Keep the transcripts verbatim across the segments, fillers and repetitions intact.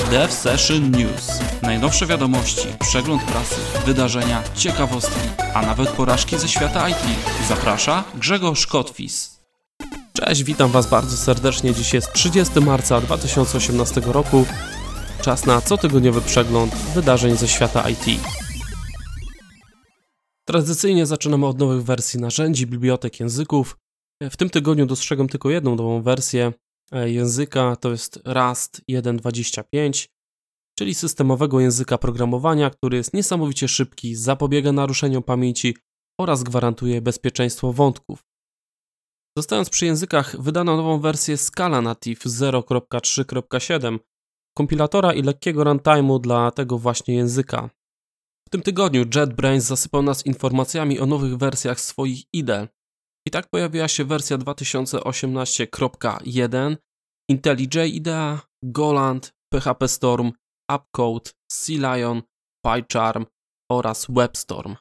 Dev Session News. Najnowsze wiadomości, przegląd prasy, wydarzenia, ciekawostki, a nawet porażki ze świata I T. Zaprasza Grzegorz Kotwis. Cześć, witam Was bardzo serdecznie. Dziś jest trzydziestego marca dwa tysiące osiemnastego roku. Czas na cotygodniowy przegląd wydarzeń ze świata I T. Tradycyjnie zaczynamy od nowych wersji narzędzi, bibliotek, języków. W tym tygodniu dostrzegam tylko jedną nową wersję języka, to jest Rust jeden dwadzieścia pięć, czyli systemowego języka programowania, który jest niesamowicie szybki, zapobiega naruszeniom pamięci oraz gwarantuje bezpieczeństwo wątków. Zostając przy językach, wydano nową wersję Scala Native zero kropka trzy kropka siedem, kompilatora i lekkiego runtime'u dla tego właśnie języka. W tym tygodniu JetBrains zasypał nas informacjami o nowych wersjach swoich I D E. I tak pojawiła się wersja dwa tysiące osiemnaście kropka jeden, IntelliJ I D E, Golang, P H P Storm, Upcode, CLion, PyCharm oraz WebStorm.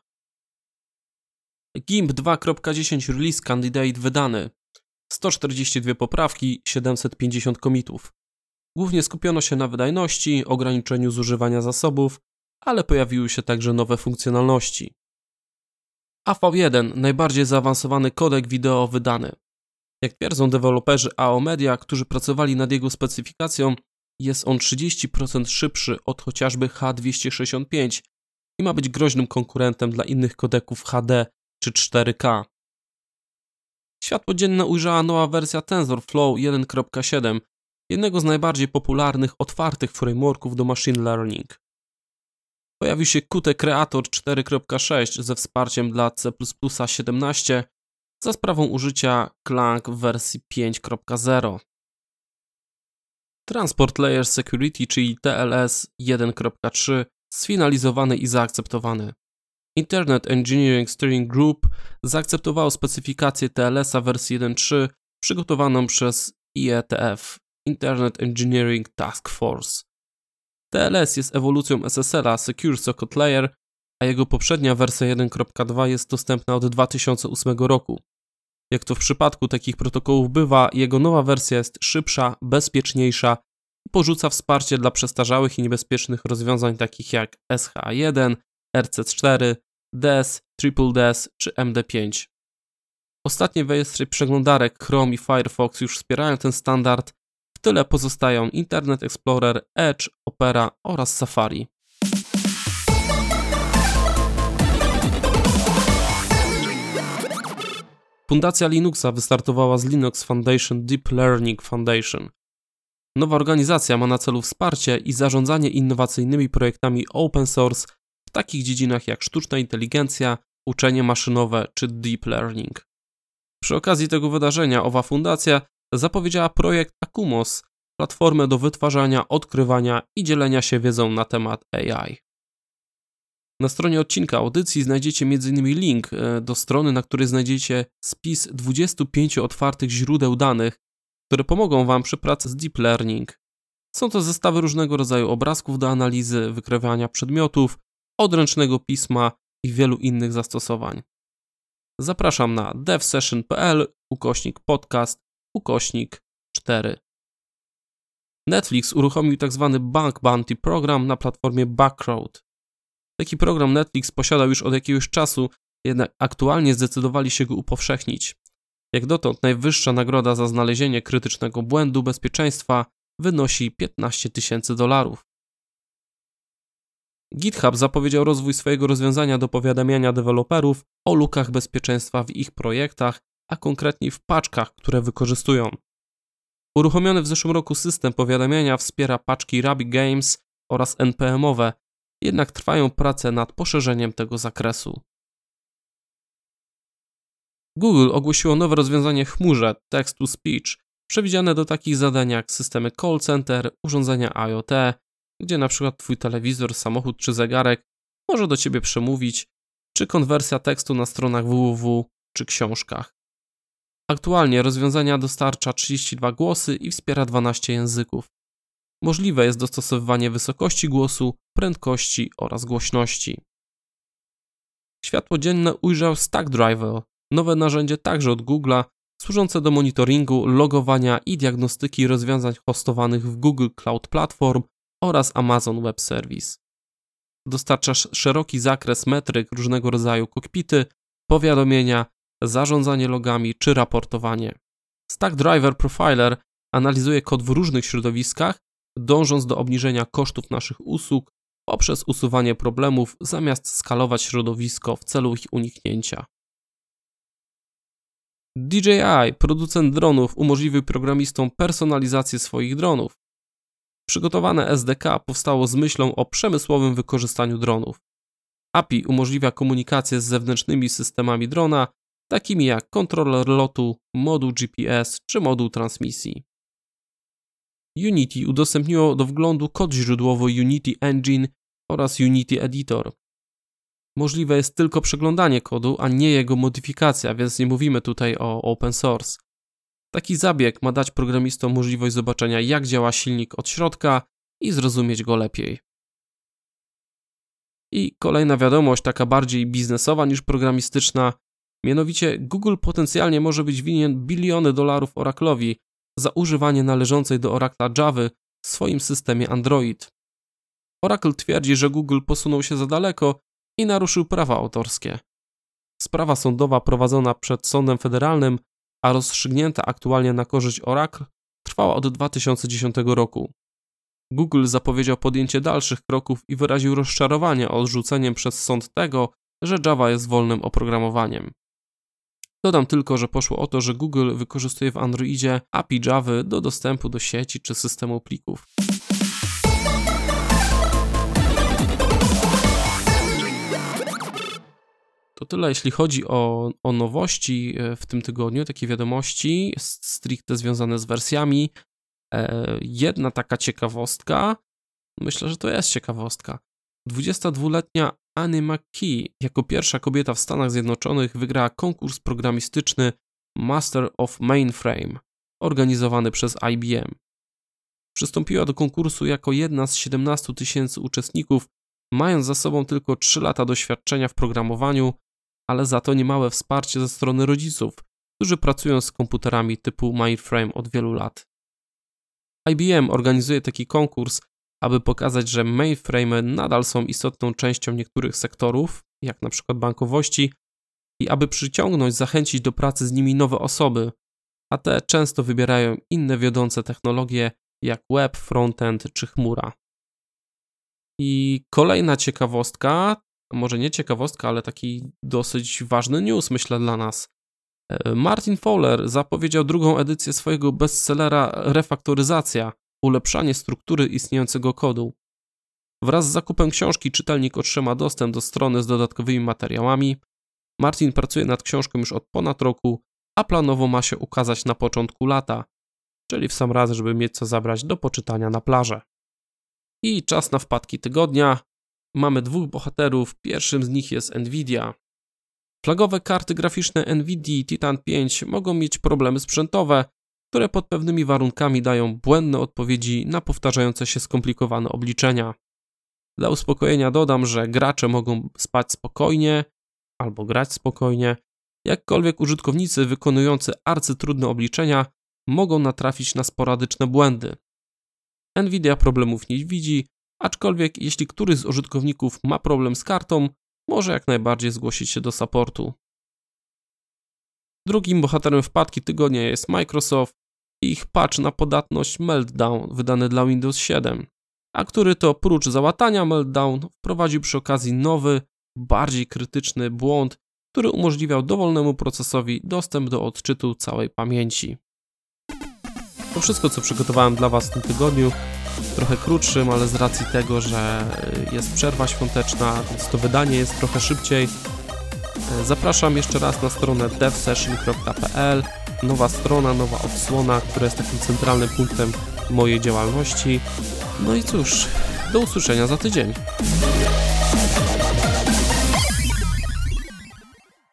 GIMP dwa kropka dziesięć Release Candidate wydany. sto czterdzieści dwie poprawki, siedemset pięćdziesiąt commitów. Głównie skupiono się na wydajności, ograniczeniu zużywania zasobów, ale pojawiły się także nowe funkcjonalności. A V jeden, najbardziej zaawansowany kodek wideo wydany. Jak twierdzą deweloperzy A O Media, którzy pracowali nad jego specyfikacją, jest on trzydzieści procent szybszy od chociażby H dwieście sześćdziesiąt pięć i ma być groźnym konkurentem dla innych kodeków H D czy cztery K. Światło dzienne ujrzała nowa wersja TensorFlow jeden kropka siedem, jednego z najbardziej popularnych otwartych frameworków do machine learning. Pojawił się Qt Creator cztery kropka sześć ze wsparciem dla C plus plus siedemnaście za sprawą użycia Clang w wersji pięć kropka zero. Transport Layer Security, czyli T L S jeden kropka trzy, sfinalizowany i zaakceptowany. Internet Engineering Steering Group zaakceptowało specyfikację T L S-a wersji jeden kropka trzy przygotowaną przez I E T F, Internet Engineering Task Force. T L S jest ewolucją S S L-a Secure Socket Layer, a jego poprzednia wersja jeden kropka dwa jest dostępna od dwa tysiące ósmego roku. Jak to w przypadku takich protokołów bywa, jego nowa wersja jest szybsza, bezpieczniejsza i porzuca wsparcie dla przestarzałych i niebezpiecznych rozwiązań takich jak S H A jeden, R C cztery, D E S, Triple D E S czy M D pięć. Ostatnie wersje przeglądarek Chrome i Firefox już wspierają ten standard. W tyle pozostają Internet Explorer, Edge, Opera oraz Safari. Fundacja Linuxa wystartowała z Linux Foundation Deep Learning Foundation. Nowa organizacja ma na celu wsparcie i zarządzanie innowacyjnymi projektami open source w takich dziedzinach jak sztuczna inteligencja, uczenie maszynowe czy deep learning. Przy okazji tego wydarzenia owa fundacja zapowiedziała projekt Akumos, platformę do wytwarzania, odkrywania i dzielenia się wiedzą na temat A I. Na stronie odcinka audycji znajdziecie między innymi link do strony, na której znajdziecie spis dwudziestu pięciu otwartych źródeł danych, które pomogą Wam przy pracy z deep learning. Są to zestawy różnego rodzaju obrazków do analizy, wykrywania przedmiotów, odręcznego pisma i wielu innych zastosowań. Zapraszam na devsession kropka p l ukośnik podcast ukośnik cztery. Netflix uruchomił tzw. Bug Bounty program na platformie Bugcrowd. Taki program Netflix posiadał już od jakiegoś czasu, jednak aktualnie zdecydowali się go upowszechnić. Jak dotąd najwyższa nagroda za znalezienie krytycznego błędu bezpieczeństwa wynosi piętnaście tysięcy dolarów. GitHub zapowiedział rozwój swojego rozwiązania do powiadamiania deweloperów o lukach bezpieczeństwa w ich projektach, a konkretniej w paczkach, które wykorzystują. Uruchomiony w zeszłym roku system powiadamiania wspiera paczki Ruby Games oraz N P M-owe, jednak trwają prace nad poszerzeniem tego zakresu. Google ogłosiło nowe rozwiązanie w chmurze Text-to-Speech, przewidziane do takich zadań jak systemy call center, urządzenia IoT, gdzie na przykład Twój telewizor, samochód czy zegarek może do Ciebie przemówić, czy konwersja tekstu na stronach www czy książkach. Aktualnie rozwiązania dostarcza trzydzieści dwa głosy i wspiera dwanaście języków. Możliwe jest dostosowywanie wysokości głosu, prędkości oraz głośności. Światło dzienne ujrzał Stackdriver, nowe narzędzie także od Google'a, służące do monitoringu, logowania i diagnostyki rozwiązań hostowanych w Google Cloud Platform oraz Amazon Web Service. Dostarcza szeroki zakres metryk, różnego rodzaju kokpity, powiadomienia, zarządzanie logami czy raportowanie. Stackdriver Profiler analizuje kod w różnych środowiskach, dążąc do obniżenia kosztów naszych usług poprzez usuwanie problemów zamiast skalować środowisko w celu ich uniknięcia. D J I, producent dronów, umożliwił programistom personalizację swoich dronów. Przygotowane S D K powstało z myślą o przemysłowym wykorzystaniu dronów. A P I umożliwia komunikację z zewnętrznymi systemami drona, takimi jak kontroler lotu, moduł G P S czy moduł transmisji. Unity udostępniło do wglądu kod źródłowy Unity Engine oraz Unity Editor. Możliwe jest tylko przeglądanie kodu, a nie jego modyfikacja, więc nie mówimy tutaj o open source. Taki zabieg ma dać programistom możliwość zobaczenia, jak działa silnik od środka i zrozumieć go lepiej. I kolejna wiadomość, taka bardziej biznesowa niż programistyczna, mianowicie Google potencjalnie może być winien biliony dolarów Oracle'owi za używanie należącej do Oracle'a Javy w swoim systemie Android. Oracle twierdzi, że Google posunął się za daleko i naruszył prawa autorskie. Sprawa sądowa prowadzona przed sądem federalnym, a rozstrzygnięta aktualnie na korzyść Oracle, trwała od dwa tysiące dziesiątego roku. Google zapowiedział podjęcie dalszych kroków i wyraził rozczarowanie odrzuceniem przez sąd tego, że Java jest wolnym oprogramowaniem. Dodam tylko, że poszło o to, że Google wykorzystuje w Androidzie A P I Javy do dostępu do sieci czy systemu plików. To tyle, jeśli chodzi o, o nowości w tym tygodniu, takie wiadomości stricte związane z wersjami. Jedna taka ciekawostka, myślę, że to jest ciekawostka. dwudziestodwuletnia Annie McKee jako pierwsza kobieta w Stanach Zjednoczonych wygrała konkurs programistyczny Master of Mainframe, organizowany przez I B M. Przystąpiła do konkursu jako jedna z siedemnastu tysięcy uczestników, mając za sobą tylko trzy lata doświadczenia w programowaniu, ale za to niemałe wsparcie ze strony rodziców, którzy pracują z komputerami typu mainframe od wielu lat. I B M organizuje taki konkurs, aby pokazać, że mainframe nadal są istotną częścią niektórych sektorów, jak na przykład bankowości, i aby przyciągnąć, zachęcić do pracy z nimi nowe osoby, a te często wybierają inne wiodące technologie jak web, frontend czy chmura. I kolejna ciekawostka, może nie ciekawostka, ale taki dosyć ważny news, myślę, dla nas. Martin Fowler zapowiedział drugą edycję swojego bestsellera Refaktoryzacja, ulepszanie struktury istniejącego kodu. Wraz z zakupem książki czytelnik otrzyma dostęp do strony z dodatkowymi materiałami. Martin pracuje nad książką już od ponad roku, a planowo ma się ukazać na początku lata, czyli w sam raz, żeby mieć co zabrać do poczytania na plażę. I czas na wpadki tygodnia. Mamy dwóch bohaterów, pierwszym z nich jest Nvidia. Flagowe karty graficzne Nvidia Titan pięć mogą mieć problemy sprzętowe, które pod pewnymi warunkami dają błędne odpowiedzi na powtarzające się skomplikowane obliczenia. Dla uspokojenia dodam, że gracze mogą spać spokojnie albo grać spokojnie, jakkolwiek użytkownicy wykonujący arcytrudne obliczenia mogą natrafić na sporadyczne błędy. Nvidia problemów nie widzi, aczkolwiek jeśli któryś z użytkowników ma problem z kartą, może jak najbardziej zgłosić się do supportu. Drugim bohaterem wpadki tygodnia jest Microsoft i ich patch na podatność Meltdown wydany dla Windows siedem, a który to prócz załatania Meltdown wprowadził przy okazji nowy, bardziej krytyczny błąd, który umożliwiał dowolnemu procesowi dostęp do odczytu całej pamięci. To wszystko, co przygotowałem dla Was w tym tygodniu, trochę krótszym, ale z racji tego, że jest przerwa świąteczna, więc to wydanie jest trochę szybciej. Zapraszam jeszcze raz na stronę dev session kropka p l, nowa strona, nowa odsłona, która jest takim centralnym punktem mojej działalności. No i cóż, do usłyszenia za tydzień.